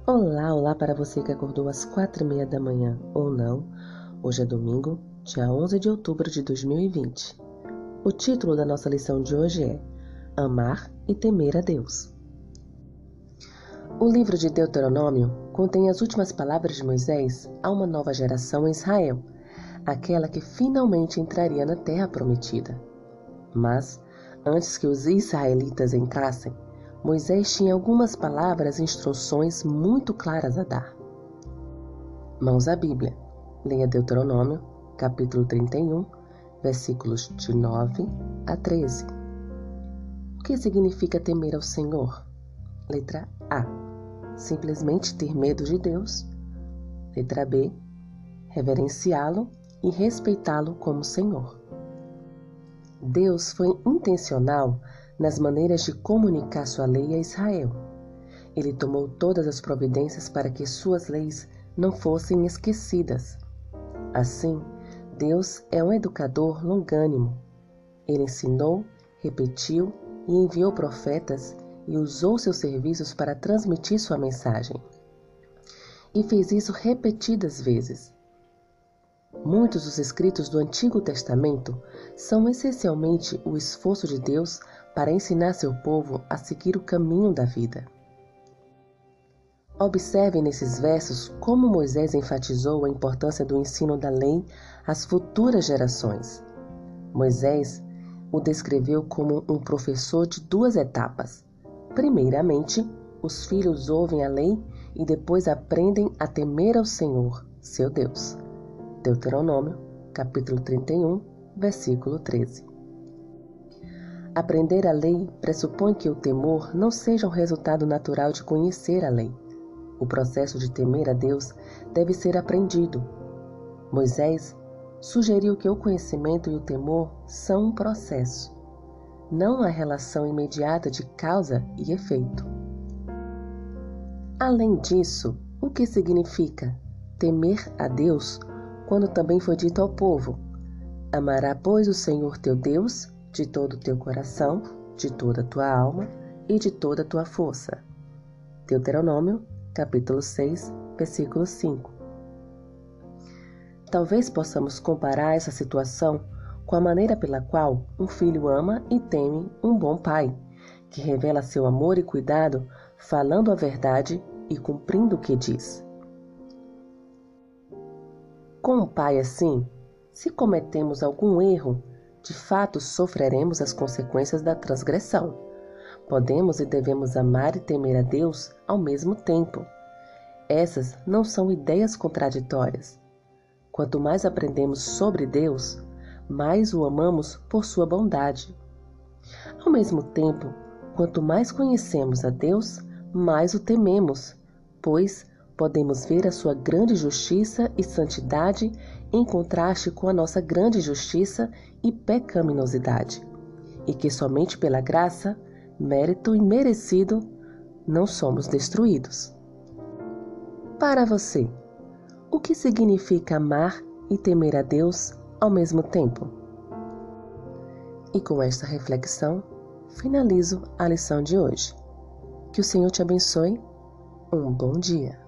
Olá, olá para você que acordou às 4h30 da manhã ou não. Hoje é domingo, dia 11 de outubro de 2020. O título da nossa lição de hoje é Amar e Temer a Deus. O livro de Deuteronômio contém as últimas palavras de Moisés a uma nova geração em Israel, aquela que finalmente entraria na terra prometida. Mas, antes que os israelitas entrassem, Moisés tinha algumas palavras e instruções muito claras a dar. Mãos à Bíblia. Leia Deuteronômio, capítulo 31, versículos de 9 a 13. O que significa temer ao Senhor? Letra A. Simplesmente ter medo de Deus. Letra B. Reverenciá-lo e respeitá-lo como Senhor. Deus foi intencional nas maneiras de comunicar sua lei a Israel. Ele tomou todas as providências para que suas leis não fossem esquecidas. Assim, Deus é um educador longânimo. Ele ensinou, repetiu e enviou profetas e usou seus serviços para transmitir sua mensagem. E fez isso repetidas vezes. Muitos dos escritos do Antigo Testamento são essencialmente o esforço de Deus para ensinar seu povo a seguir o caminho da vida. Observe nesses versos como Moisés enfatizou a importância do ensino da lei às futuras gerações. Moisés o descreveu como um professor de duas etapas. Primeiramente, os filhos ouvem a lei e depois aprendem a temer ao Senhor, seu Deus. Deuteronômio, capítulo 31, versículo 13. Aprender a lei pressupõe que o temor não seja um resultado natural de conhecer a lei. O processo de temer a Deus deve ser aprendido. Moisés sugeriu que o conhecimento e o temor são um processo, não a relação imediata de causa e efeito. Além disso, o que significa temer a Deus quando também foi dito ao povo: amará, pois, o Senhor teu Deus de todo o teu coração, de toda a tua alma e de toda a tua força. Deuteronômio, capítulo 6, versículo 5. Talvez possamos comparar essa situação com a maneira pela qual um filho ama e teme um bom pai, que revela seu amor e cuidado falando a verdade e cumprindo o que diz. Com um pai assim, se cometemos algum erro, de fato sofreremos as consequências da transgressão. Podemos e devemos amar e temer a Deus ao mesmo tempo. Essas não são ideias contraditórias. Quanto mais aprendemos sobre Deus, mais o amamos por sua bondade. Ao mesmo tempo, quanto mais conhecemos a Deus, mais o tememos, pois podemos ver a sua grande justiça e santidade em contraste com a nossa grande justiça e pecaminosidade, e que somente pela graça, mérito imerecido, não somos destruídos. Para você, o que significa amar e temer a Deus ao mesmo tempo? E com esta reflexão, finalizo a lição de hoje. Que o Senhor te abençoe. Um bom dia.